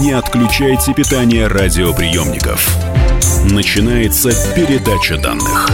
Не отключайте питание радиоприемников. Начинается передача данных.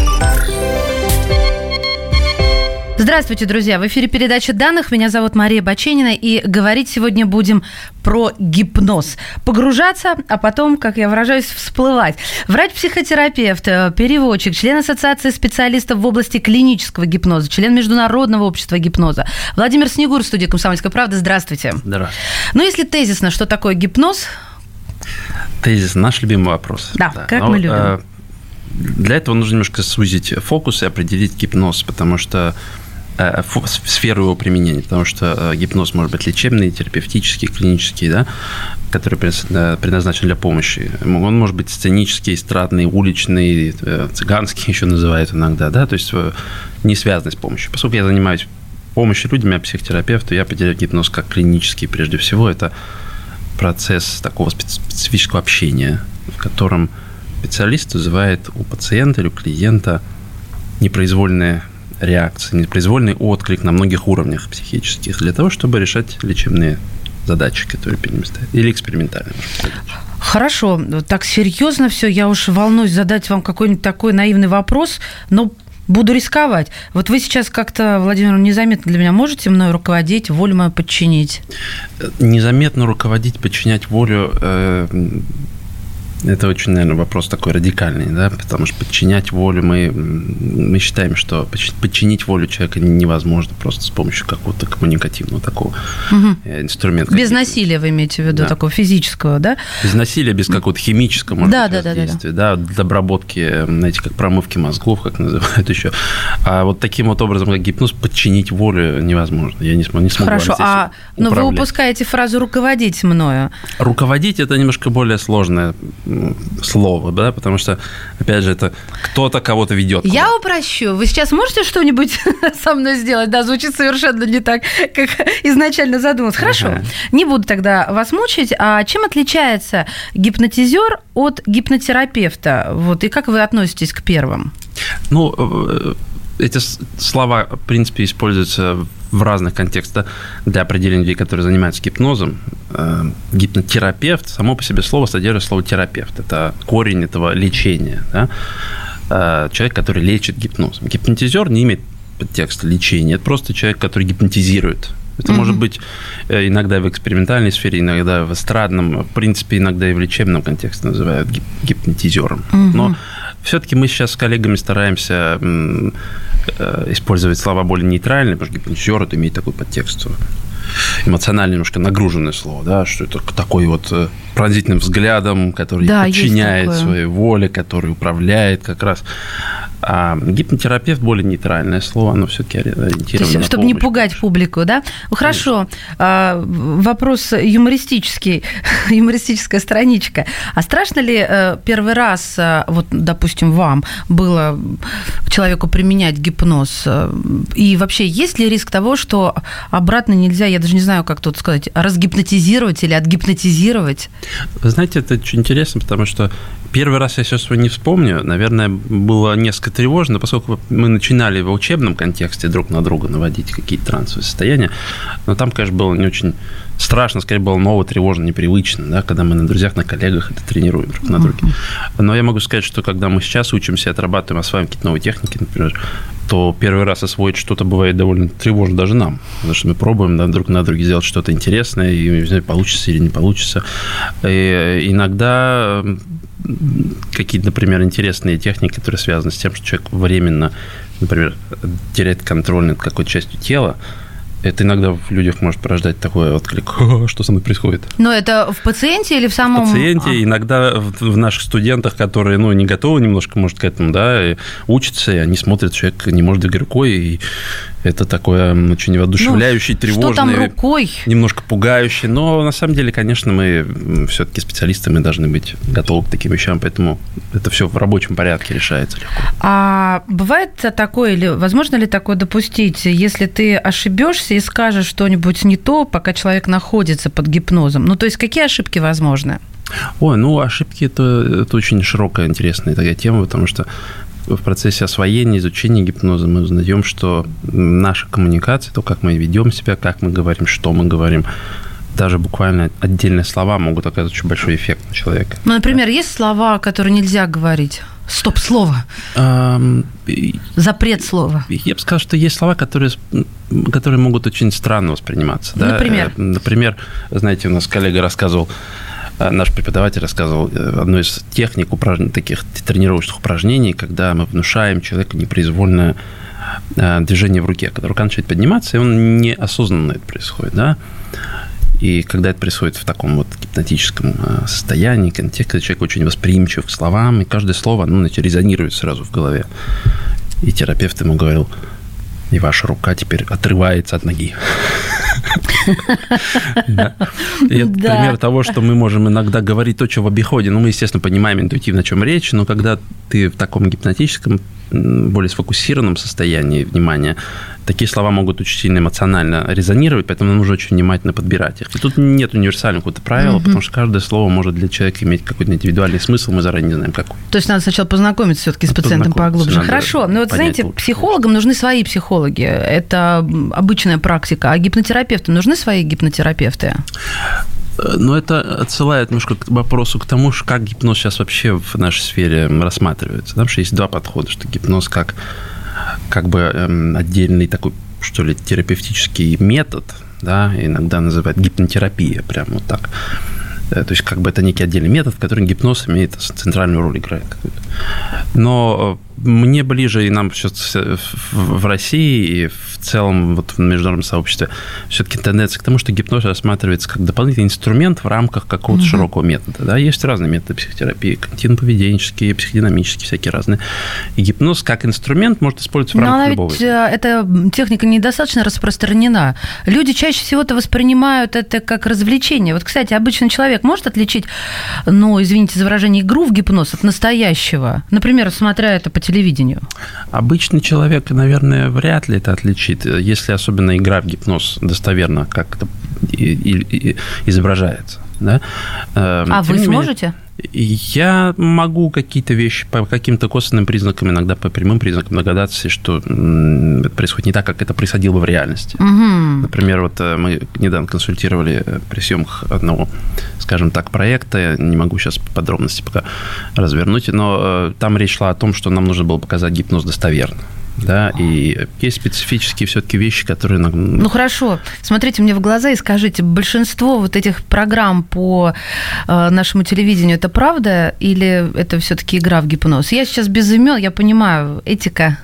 Здравствуйте, друзья! В эфире передача данных. Меня зовут Мария Баченина, и говорить сегодня будем про гипноз. Погружаться, а потом, как я выражаюсь, всплывать. Врач-психотерапевт, переводчик, член Ассоциации специалистов в области клинического гипноза, член Международного общества гипноза. Владимир Снегур, студия «Комсомольская правда». Здравствуйте. Здравствуйте. Ну, если тезисно, что такое гипноз? Тезисно, наш любимый вопрос. Да, как мы любим. Для этого нужно немножко сузить фокус и определить гипноз, потому что сферу его применения, потому что гипноз может быть лечебный, терапевтический, клинический, да, который предназначен для помощи. Он может быть сценический, эстрадный, уличный, цыганский еще называют иногда, да, то есть не связанный с помощью. Поскольку я занимаюсь помощью людям, я психотерапевт, то я определяю гипноз как клинический. Прежде всего, это процесс такого специфического общения, в котором специалист вызывает у пациента или у клиента непроизвольные реакции, непроизвольный отклик на многих уровнях психических для того, чтобы решать лечебные задачи, которые перед ним стоят, или экспериментальные. Хорошо, так серьезно все, я уж волнуюсь задать вам какой-нибудь такой наивный вопрос, но буду рисковать. Вот вы сейчас как-то, Владимир, незаметно для меня можете мною руководить, волю мою подчинить? Незаметно руководить, подчинять волю это очень, наверное, вопрос такой радикальный, да, потому что подчинять волю мы считаем, что подчинить волю человека невозможно просто с помощью какого-то коммуникативного такого инструмента. Без насилия вы имеете в виду, да. Такого физического, да? Без насилия, без какого-то химического, может быть, воздействия, да, для обработки, знаете, как промывки мозгов, как называют еще. А вот таким вот образом, как гипноз, подчинить волю невозможно. Я не смогу. Хорошо, но вы упускаете фразу «руководить мною». Руководить – это немножко более сложное слово, да, потому что, опять же, это кто-то кого-то ведет. Я упрощу. Вы сейчас можете что-нибудь со мной сделать? Да, звучит совершенно не так, как изначально задумалось. Хорошо, не буду тогда вас мучить. А чем отличается гипнотизер от гипнотерапевта? Вот, и как вы относитесь к первым? Ну, эти слова, в принципе, используются в разных контекстах для определения людей, которые занимаются гипнозом. Гипнотерапевт, само по себе слово содержит слово терапевт. Это корень этого лечения. Да? Человек, который лечит гипнозом. Гипнотизер не имеет подтекста лечения. Это просто человек, который гипнотизирует. Это может быть иногда в экспериментальной сфере, иногда в эстрадном, в принципе, иногда и в лечебном контексте называют гипнотизером. Но все-таки мы сейчас с коллегами стараемся использовать слова более нейтральные, потому что гипнотизер это имеет такой подтекст, эмоционально немножко нагруженное слово, да, что это такой вот пронзительным взглядом, который подчиняет своей воле, который управляет как раз. А гипнотерапевт более нейтральное слово, оно все-таки ориентировано на чтобы помощь. Не пугать публику, да? Хорошо. Вопрос юмористический, юмористическая страничка. А страшно ли первый раз, вот, допустим, вам было человеку применять гипноз? И вообще, есть ли риск того, что обратно нельзя, я даже не знаю, как тут сказать, разгипнотизировать или отгипнотизировать? Вы знаете, это очень интересно, потому что первый раз я сейчас его не вспомню. Наверное, было несколько тревожно, поскольку мы начинали в учебном контексте друг на друга наводить какие-то трансовые состояния. Но там, конечно, было не очень страшно, скорее было ново, тревожно, непривычно, да, когда мы на друзьях, на коллегах это тренируем друг на друге. Но я могу сказать, что когда мы сейчас учимся, отрабатываем, осваиваем какие-то новые техники, например, то первый раз освоить что-то бывает довольно тревожно даже нам, потому что мы пробуем друг на друге сделать что-то интересное, и не знаю, получится или не получится. И иногда какие-то, например, интересные техники, которые связаны с тем, что человек временно, например, теряет контроль над какой-то частью тела, это иногда в людях может порождать такой отклик, что со мной происходит. Но это в пациенте или в самом... В пациенте, иногда в наших студентах, которые, не готовы немножко, может, к этому, да, и учатся, и они смотрят, человек не может двигать рукой, и это такое очень воодушевляющий, тревожный, что там рукой? Немножко пугающий, но на самом деле, конечно, мы все-таки специалисты, мы должны быть готовы к таким вещам, поэтому это все в рабочем порядке решается легко. А бывает такое, или возможно ли такое допустить, если ты ошибешься и скажешь что-нибудь не то, пока человек находится под гипнозом? Ну, то есть какие ошибки возможны? Ой, ошибки – это очень широкая, интересная такая тема, потому что в процессе освоения, изучения гипноза мы узнаем, что наша коммуникация, то, как мы ведем себя, как мы говорим, что мы говорим, даже буквально отдельные слова могут оказать очень большой эффект на человека. Ну, например, есть слова, которые нельзя говорить? Стоп-слово. Запрет слова. Я бы сказал, что есть слова, которые могут очень странно восприниматься. Да? Например? Например, знаете, у нас коллега рассказывал, наш преподаватель рассказывал одну из техник таких тренировочных упражнений, когда мы внушаем человеку непроизвольное движение в руке, когда рука начинает подниматься, и он неосознанно это происходит, да. И когда это происходит в таком вот гипнотическом состоянии, контексте, человек очень восприимчив к словам, и каждое слово, резонирует сразу в голове. И терапевт ему говорил: и ваша рука теперь отрывается от ноги. И это пример того, что мы можем иногда говорить то, что в обиходе. Мы, естественно, понимаем интуитивно, о чем речь, но когда ты в таком гипнотическом, более сфокусированном состоянии внимания, такие слова могут очень сильно эмоционально резонировать, поэтому нужно очень внимательно подбирать их. И тут нет универсального какого-то правила, потому что каждое слово может для человека иметь какой-то индивидуальный смысл, мы заранее не знаем, какой. То есть надо сначала познакомиться все-таки с пациентом поглубже. Хорошо, но вот знаете, психологам нужны свои психологи, это обычная практика, а гипнотерапевтам нужны свои гипнотерапевты? Но это отсылает немножко к вопросу к тому, как гипноз сейчас вообще в нашей сфере рассматривается. Потому что есть два подхода, что гипноз как бы отдельный такой, что ли, терапевтический метод, да, иногда называют гипнотерапия, прямо вот так. То есть как бы это некий отдельный метод, в котором гипноз имеет центральную роль, играет какую-то. Но мне ближе, и нам сейчас в России и в целом вот в международном сообществе все-таки тенденция к тому, что гипноз рассматривается как дополнительный инструмент в рамках какого-то широкого метода. Да? Есть разные методы психотерапии, когнитивно-поведенческие, психодинамические, всякие разные. И гипноз как инструмент может использоваться в рамках любого. Но эта техника недостаточно распространена. Люди чаще всего это воспринимают это как развлечение. Вот, кстати, обычный человек может отличить, извините за выражение, игру в гипноз от настоящего? Например, смотря это по телевидению. Обычный человек, наверное, вряд ли это отличит, если особенно игра в гипноз достоверно как-то изображается. Да? А вы сможете? Я могу какие-то вещи по каким-то косвенным признакам, иногда по прямым признакам догадаться, что это происходит не так, как это происходило в реальности. Угу. Например, вот мы недавно консультировали при съемках одного, скажем так, проекта, не могу сейчас подробности пока развернуть, но там речь шла о том, что нам нужно было показать гипноз достоверно. Да, и есть специфические все-таки вещи, которые... хорошо, смотрите мне в глаза и скажите, большинство вот этих программ по нашему телевидению, это правда или это все-таки игра в гипноз? Я сейчас без имен, я понимаю, этика...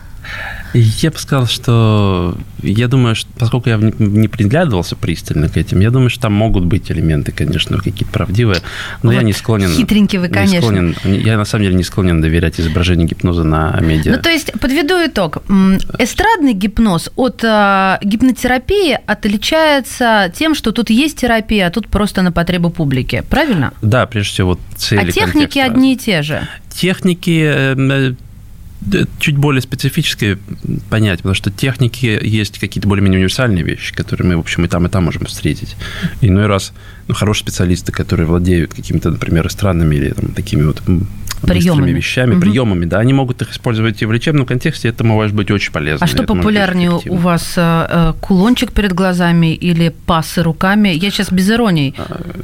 Я бы сказал, что я думаю, что поскольку я не приглядывался пристально к этим, я думаю, что там могут быть элементы, конечно, какие-то правдивые, но вот я не склонен... Хитренький вы, конечно. Я, на самом деле, не склонен доверять изображению гипноза на медиа. То есть, подведу итог. Эстрадный гипноз от гипнотерапии отличается тем, что тут есть терапия, а тут просто на потребу публики. Правильно? Да, прежде всего, цели, а техники одни и те же? Техники... чуть более специфическое понятие, потому что техники есть какие-то более-менее универсальные вещи, которые мы, в общем, и там можем встретить. Иной раз хорошие специалисты, которые владеют какими-то, например, эстрадными или такими вот быстрыми вещами, приемами, да, они могут их использовать и в лечебном контексте, это может быть очень полезно. А что популярнее у вас, кулончик перед глазами или пассы руками? Я сейчас без иронии.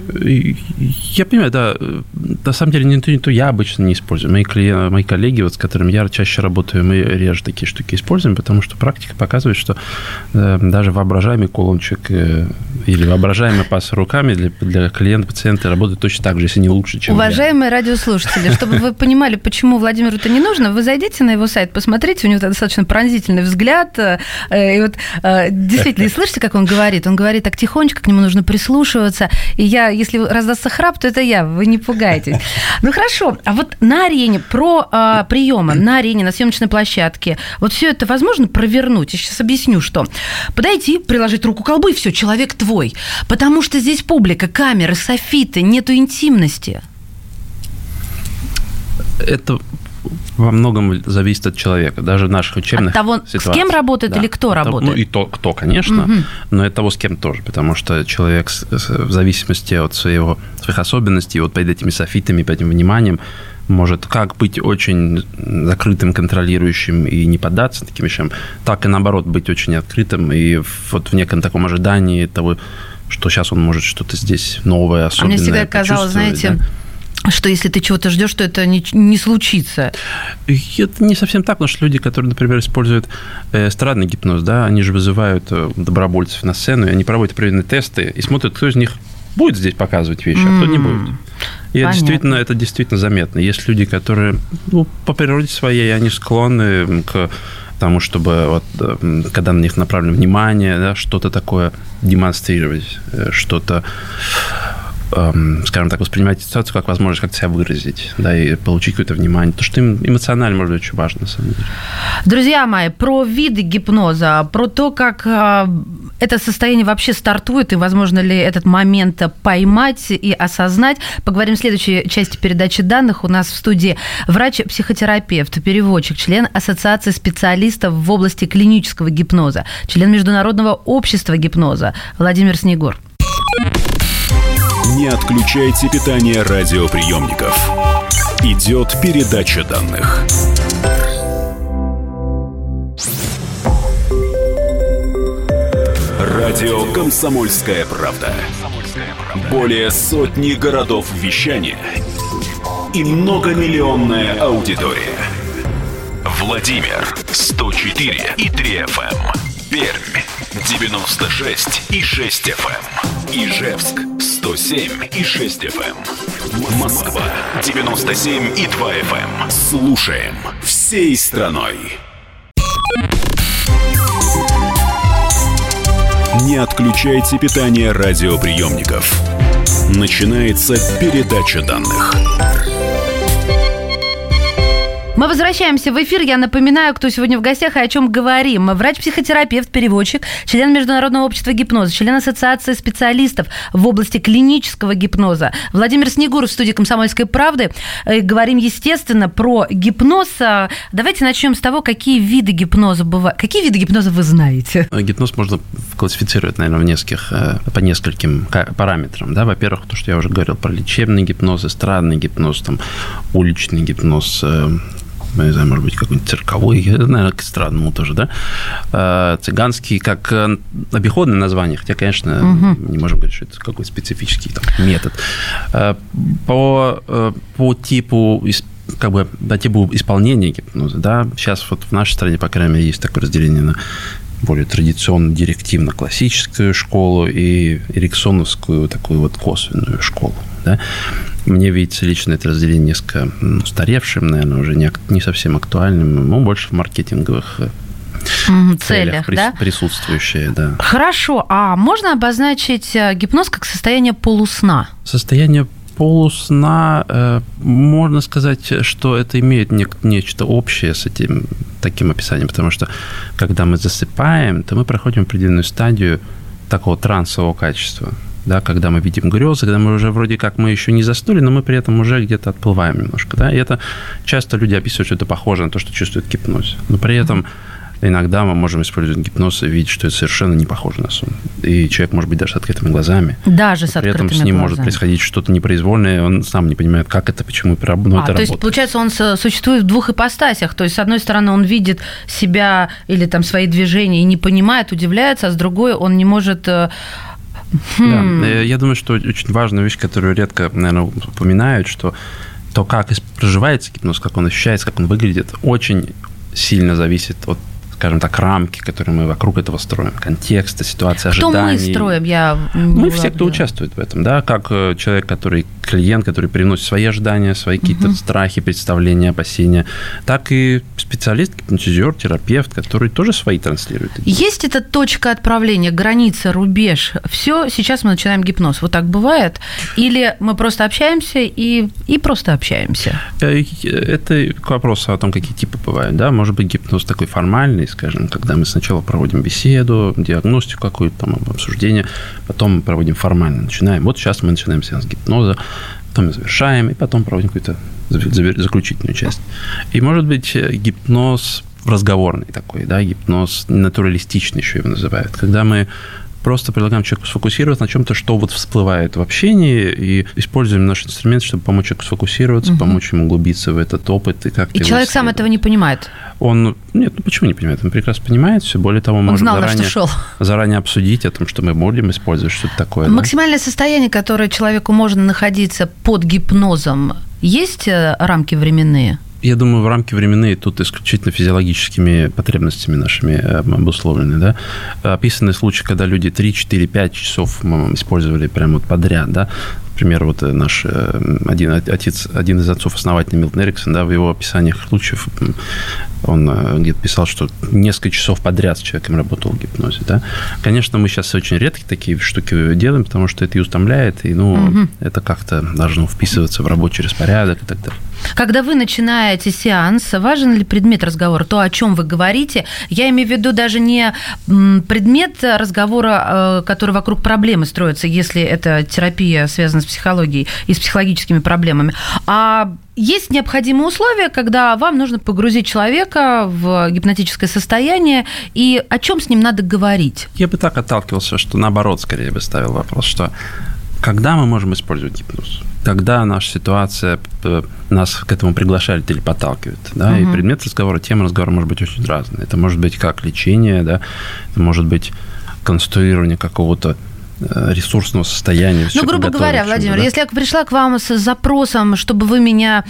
Я понимаю, да, на самом деле не то я обычно не использую. Мои коллеги, вот, с которыми я чаще работаю, мы реже такие штуки используем, потому что практика показывает, что даже воображаемый кулончик или воображаемые пассы руками для клиента, пациента работают точно так же, если не лучше, чем Уважаемые радиослушатели, чтобы вы понимали, почему Владимиру это не нужно, вы зайдите на его сайт, посмотрите, у него достаточно пронзительный взгляд, и вот действительно, и слышите, как он говорит? Он говорит так тихонечко, к нему нужно прислушиваться, и если раздастся храп, то это я, вы не пугайтесь. Хорошо, а вот на арене, про приемы, на арене, на съемочной площадке, вот все это возможно провернуть? Я сейчас объясню, что. Подойти, приложить руку к колбу, и все, человек твой, потому что здесь публика, камеры, софиты, нету интимности. Это во многом зависит от человека, даже наших учебных ситуаций. От того, с кем работает, да, или кто работает? И то, кто, конечно, но и от того, с кем тоже, потому что человек в зависимости от своих особенностей, вот под этими софитами, под этим вниманием, может как быть очень закрытым, контролирующим и не поддаться таким вещам, так и наоборот быть очень открытым и вот в неком таком ожидании того, что сейчас он может что-то здесь новое, особенное мне всегда казалось, знаете, что если ты чего-то ждешь, то это не случится. Это не совсем так, потому что люди, которые, например, используют эстрадный гипноз, да, они же вызывают добровольцев на сцену, и они проводят определенные тесты и смотрят, кто из них будет здесь показывать вещи, а кто не будет. И это действительно заметно. Есть люди, которые по природе своей, они склонны к тому, чтобы когда на них направлено внимание, да, что-то такое демонстрировать, что-то, скажем так, воспринимать ситуацию как возможность как-то себя выразить, да, и получить какое-то внимание. То, что им эмоционально, может быть, очень важно, на самом деле. Друзья мои, про виды гипноза, про то, как это состояние вообще стартует, и возможно ли этот момент поймать и осознать, поговорим в следующей части передачи данных. У нас в студии врач-психотерапевт, переводчик, член Ассоциации специалистов в области клинического гипноза, член Международного общества гипноза Владимир Снегур. Не отключайте питание радиоприемников. Идет передача данных. Радио «Комсомольская правда». Более сотни городов вещания и многомиллионная аудитория. Владимир 104,3 FM. Пермь 96,6 FM. Ижевск 107,6 FM. Москва 97,2 FM. Слушаем всей страной. Не отключайте питание радиоприемников. Начинается передача данных. Мы возвращаемся в эфир. Я напоминаю, кто сегодня в гостях и о чем говорим. Врач-психотерапевт, переводчик, член Международного общества гипноза, член Ассоциации специалистов в области клинического гипноза Владимир Снегур в студии «Комсомольской правды». Говорим, естественно, про гипноз. Давайте начнем с того, какие виды гипноза бывают. Какие виды гипноза вы знаете? Гипноз можно классифицировать, наверное, по нескольким параметрам. Да? Во-первых, то, что я уже говорил про лечебный гипноз, эстрадный гипноз, там, уличный гипноз, не знаю, может быть, какой-нибудь цирковой, наверное, к эстрадному тоже, да, цыганский, как обиходное название, хотя, конечно, не можем говорить, что это какой-то специфический там метод. По типу типу исполнения гипноза, да, сейчас вот в нашей стране, по крайней мере, есть такое разделение на более традиционно директивно-классическую школу и эриксоновскую такую вот косвенную школу, да. Мне видится лично это разделение несколько устаревшим, наверное, уже не совсем актуальным, но больше в маркетинговых целях да? Присутствующее, да. Хорошо, а можно обозначить гипноз как состояние полусна? Состояние полусна, можно сказать, что это имеет нечто общее с этим таким описанием, потому что когда мы засыпаем, то мы проходим определенную стадию такого трансового качества. Да, когда мы видим грезы, когда мы уже вроде как мы еще не заснули, но мы при этом уже где-то отплываем немножко. Да? И это часто люди описывают, что это похоже на то, что чувствуют в гипнозе. Но при этом иногда мы можем использовать гипноз и видеть, что это совершенно не похоже на сон. И человек может быть даже с открытыми глазами. Даже с открытыми глазами. При этом с ним может происходить что-то непроизвольное, он сам не понимает, как это, почему это работает. То есть, получается, он существует в двух ипостасях. То есть, с одной стороны, он видит себя или там свои движения и не понимает, удивляется, а с другой он не может... Да. Я думаю, что очень важная вещь, которую редко, наверное, упоминают, что то, как проживается гипноз, как он ощущается, как он выглядит, очень сильно зависит от, скажем так, рамки, которые мы вокруг этого строим, контекста, ситуации, ожиданий. Что мы строим? Мы все, кто участвует в этом, да, как человек, клиент, который приносит свои ожидания, свои какие-то страхи, представления, опасения, так и специалист, гипнотизер, терапевт, который тоже свои транслирует. Есть эта точка отправления, граница, рубеж? Все, сейчас мы начинаем гипноз. Вот так бывает? Или мы просто общаемся и просто общаемся? Это к вопросу о том, какие типы бывают, да, может быть, гипноз такой формальный, скажем, когда мы сначала проводим беседу, диагностику какую-то, там, обсуждение, потом проводим формально, начинаем. Вот сейчас мы начинаем сеанс гипноза, потом завершаем, и потом проводим какую-то заключительную часть. И, может быть, гипноз разговорный такой, да, гипноз натуралистичный еще его называют, когда мы просто предлагаем человеку сфокусироваться на чем-то, что вот всплывает в общении, и используем наш инструмент, чтобы помочь человеку сфокусироваться, помочь ему углубиться в этот опыт и как-то. И человек сам этого не понимает. Нет, почему не понимает? Он прекрасно понимает все. Более того, может заранее обсудить о том, что мы будем использовать, что-то такое. Максимальное состояние, которое человеку можно находиться под гипнозом, есть рамки временные? Я думаю, в рамки временные тут исключительно физиологическими потребностями нашими обусловлены. Да? Описаны случаи, когда люди 3, 4, 5 часов использовали прямо вот подряд. Да? Например, вот наш один из отцов-основателей Милтон Эриксон, да, в его описаниях случаев он где-то писал, что несколько часов подряд с человеком работал в гипнозе. Да? Конечно, мы сейчас очень редко такие штуки делаем, потому что это и утомляет, и это как-то должно вписываться в рабочий распорядок и так далее. Когда вы начинаете сеанс, важен ли предмет разговора, то, о чем вы говорите? Я имею в виду даже не предмет разговора, который вокруг проблемы строится, если это терапия связана с психологией и с психологическими проблемами, а есть необходимые условия, когда вам нужно погрузить человека в гипнотическое состояние, и о чем с ним надо говорить? Я бы так отталкивался, что наоборот, скорее бы ставил вопрос, что когда мы можем использовать гипноз? Когда наша ситуация нас к этому приглашает или подталкивает. Да? И предмет разговора, тема разговора может быть очень разная. Это может быть как лечение, да? Это может быть конструирование какого-то ресурсного состояния. Грубо говоря, Владимир, да? Если я пришла к вам с запросом, чтобы вы мне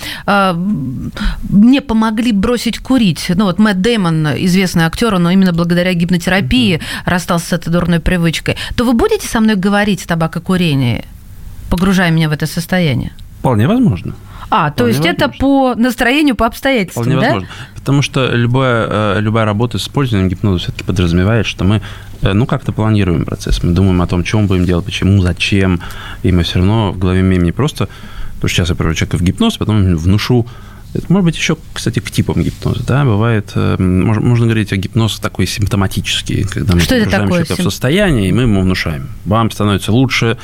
помогли бросить курить, Мэтт Дэймон, известный актер, но именно благодаря гипнотерапии расстался с этой дурной привычкой, то вы будете со мной говорить о табакокурении, погружая меня в это состояние? Вполне возможно. То есть возможно. Это по настроению, по обстоятельствам, вполне да? Возможно. Потому что любая работа с использованием гипноза все-таки подразумевает, что мы как-то планируем процесс. Мы думаем о том, что мы будем делать, почему, зачем. И мы все равно в голове имеем не просто, потому что сейчас я привожу человека в гипноз, потом внушу. Это может быть еще, кстати, к типам гипноза. Да? Бывает, можно говорить о гипнозе такой симптоматический, когда мы погружаем человека в состояние, и мы ему внушаем. Вам становится лучше,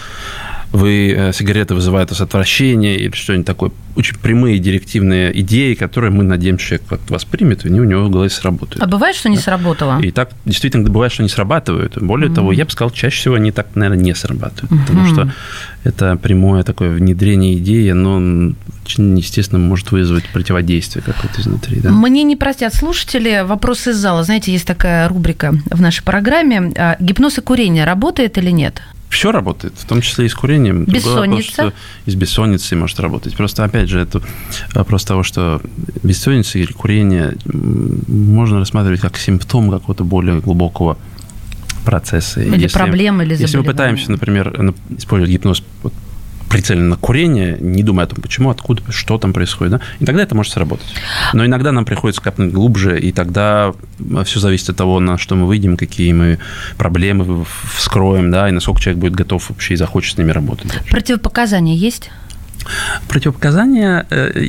сигареты вызывают у вас отвращение или что-нибудь такое. Очень прямые директивные идеи, которые мы надеемся, человек как-то воспримет, и они у него в голове сработают. А бывает, что не сработало? И так действительно бывает, что не срабатывают. Более того, я бы сказал, чаще всего они так, наверное, не срабатывают. Потому что это прямое такое внедрение идеи, оно очень, естественно, может вызвать противодействие какое-то изнутри. Да? Мне не простят слушатели. Вопросы из зала. Знаете, есть такая рубрика в нашей программе. Гипноз и курение работает или нет? Все работает, в том числе и с курением. Бессонница? И с бессонницей может работать. Просто, опять же, это вопрос того, что бессонница или курение можно рассматривать как симптом какого-то более глубокого процесса. Или проблемы, или заболевания. Если мы пытаемся, например, использовать гипноз прицеленно на курение, не думая о том, почему, откуда, что там происходит, да? И тогда это может сработать. Но иногда нам приходится копнуть глубже, и тогда все зависит от того, на что мы выйдем, какие мы проблемы вскроем, да, и насколько человек будет готов вообще и захочет с ними работать. Противопоказания есть? Противопоказания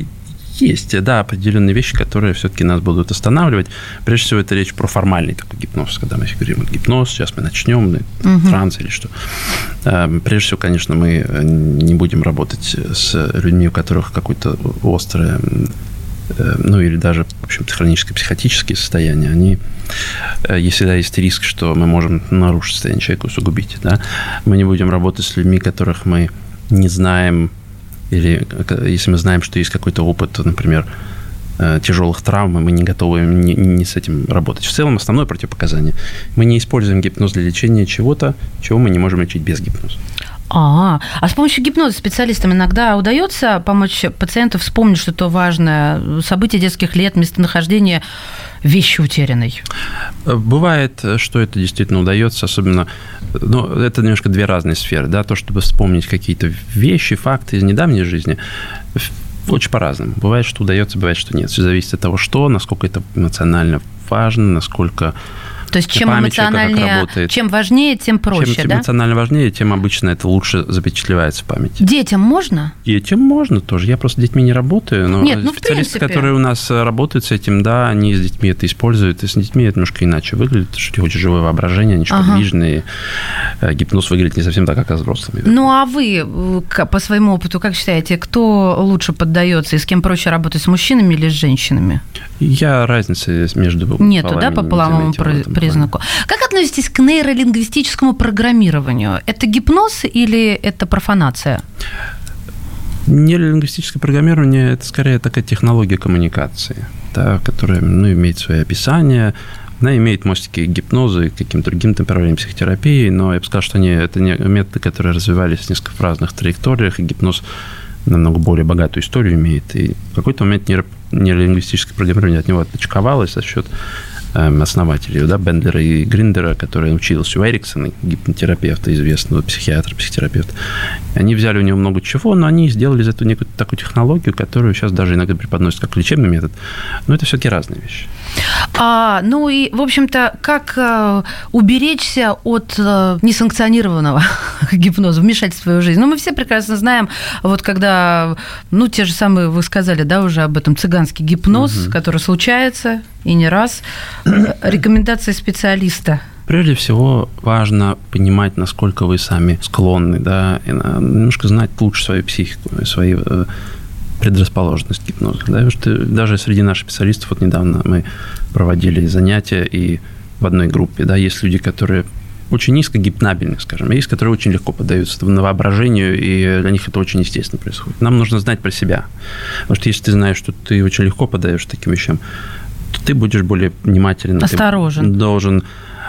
есть, да, определенные вещи, которые все-таки нас будут останавливать. Прежде всего, это речь про формальный такой гипноз, когда мы говорим гипноз, сейчас мы начнем, транс или что. Прежде всего, конечно, мы не будем работать с людьми, у которых какое-то острое, или даже, в общем-то, хроническое психотические состояния, они, всегда есть риск, что мы можем нарушить состояние человека, усугубить, да. Мы не будем работать с людьми, которых мы не знаем, или если мы знаем, что есть какой-то опыт, например, тяжелых травм, и мы не готовы не с этим работать. В целом, основное противопоказание. Мы не используем гипноз для лечения чего-то, чего мы не можем лечить без гипноза. А с помощью гипноза специалистам иногда удается помочь пациенту вспомнить что-то важное, события детских лет, местонахождение вещи утерянной? Бывает, что это действительно удается, особенно, это немножко две разные сферы, да, то, чтобы вспомнить какие-то вещи, факты из недавней жизни, очень по-разному. Бывает, что удается, бывает, что нет. Все зависит от того, насколько это эмоционально важно, насколько... То есть чем эмоциональнее, чем важнее, тем проще, чем эмоционально важнее, тем обычно это лучше запечатлевается в памяти. Детям можно? Детям можно тоже. Я просто с детьми не работаю, но специалисты, которые у нас работают с этим, да, они с детьми это используют, и с детьми это немножко иначе выглядит, потому что очень живое воображение, они очень подвижные, гипноз выглядит не совсем так, как с взрослыми. А вы, по своему опыту, как считаете, кто лучше поддается и с кем проще работать, с мужчинами или с женщинами? Я разницы между нету, да, по половому признаку? признаку. Как относитесь к нейролингвистическому программированию? Это гипноз или это профанация? Нейролингвистическое программирование – это скорее такая технология коммуникации, да, которая имеет свои описания. Она имеет мостики гипноза и каким-то другим направлением психотерапии, но я бы сказал, что это не методы, которые развивались несколько в разных траекториях, и гипноз намного более богатую историю имеет. И в какой-то момент нейролингвистическое программирование от него отпочковалось за счет основателей, да, Бендлера и Гриндера, который учился у Эриксона, гипнотерапевта, известного психиатра, психотерапевта. Они взяли у него много чего, но они сделали из этого некую такую технологию, которую сейчас даже иногда преподносят как лечебный метод. Но это все-таки разные вещи. Ну и, в общем-то, как уберечься от несанкционированного гипноза, вмешательства в свою жизнь? Мы все прекрасно знаем, вот когда, те же самые, вы сказали, да, уже об этом, цыганский гипноз, который случается и не раз. Рекомендации специалиста. Прежде всего, важно понимать, насколько вы сами склонны, да, и немножко знать лучше свою психику, свою предрасположенность к гипнозу. Да, потому что даже среди наших специалистов, вот недавно мы проводили занятия, и в одной группе, да, есть люди, которые очень низко гипнабельны, скажем, есть, которые очень легко поддаются воображению, и для них это очень естественно происходит. Нам нужно знать про себя. Потому что если ты знаешь, что ты очень легко поддаешься таким вещам, то ты будешь более внимателен. Осторожен. Ты должен,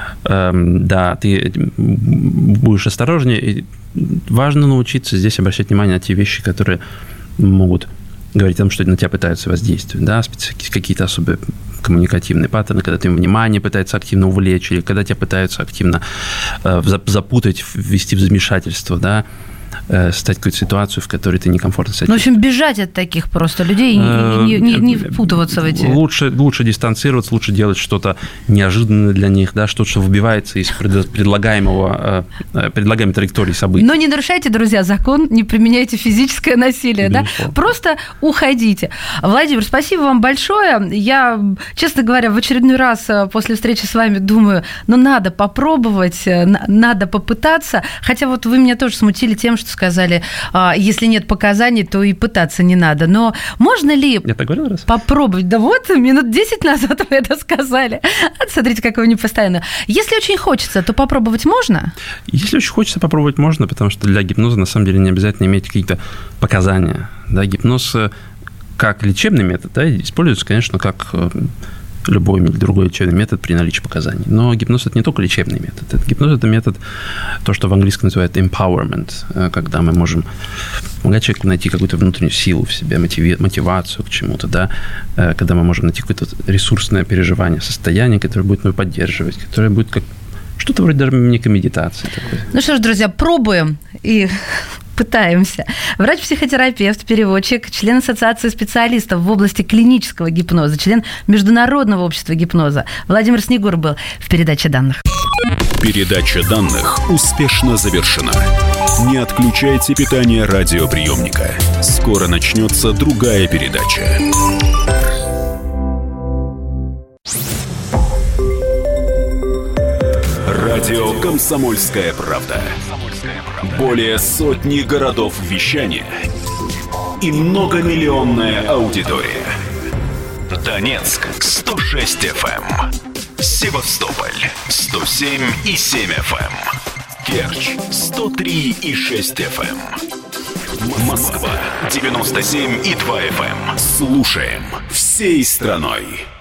ты будешь осторожнее. И важно научиться здесь обращать внимание на те вещи, которые могут говорить о том, что на тебя пытаются воздействовать, да, какие-то особые коммуникативные паттерны, когда ты внимание пытается активно увлечь, или когда тебя пытаются активно запутать, ввести в замешательство, да, создать какую-то ситуацию, в которой ты некомфортно с этим. В общем, бежать от таких просто людей, не впутываться в эти... Лучше дистанцироваться, лучше делать что-то неожиданное для них, да, что-то, что выбивается из предлагаемой траектории событий. Но не нарушайте, друзья, закон, не применяйте физическое насилие, да? Просто уходите. Владимир, спасибо вам большое. Я, честно говоря, в очередной раз после встречи с вами думаю, надо попробовать, надо попытаться, хотя вот вы меня тоже смутили тем, что сказали, если нет показаний, то и пытаться не надо. Но можно ли попробовать? Да вот, минут 10 назад вы это сказали. Смотрите, как вы непостоянно. Если очень хочется, то попробовать можно? Если очень хочется, попробовать можно, потому что для гипноза, на самом деле, не обязательно иметь какие-то показания. Да, гипноз как лечебный метод, да, используется, конечно, как любой другой лечебный метод при наличии показаний. Но гипноз – это не только лечебный метод. Гипноз – это метод, то, что в английском называют empowerment, когда мы можем помогать человеку найти какую-то внутреннюю силу в себе, мотивацию к чему-то, да, когда мы можем найти какое-то ресурсное переживание, состояние, которое будет его поддерживать, которое будет как что-то вроде даже некой медитации такой. Ну что ж, друзья, пробуем и пытаемся. Врач-психотерапевт, переводчик, член Ассоциации специалистов в области клинического гипноза, член Международного общества гипноза Владимир Снегур был в передаче данных. Передача данных успешно завершена. Не отключайте питание радиоприемника. Скоро начнется другая передача. Радио «Комсомольская правда». Более сотни городов вещания и многомиллионная аудитория. Донецк 106 FM, Севастополь 107,7 FM, Керчь 103,6 FM, Москва 97,2 FM. Слушаем всей страной.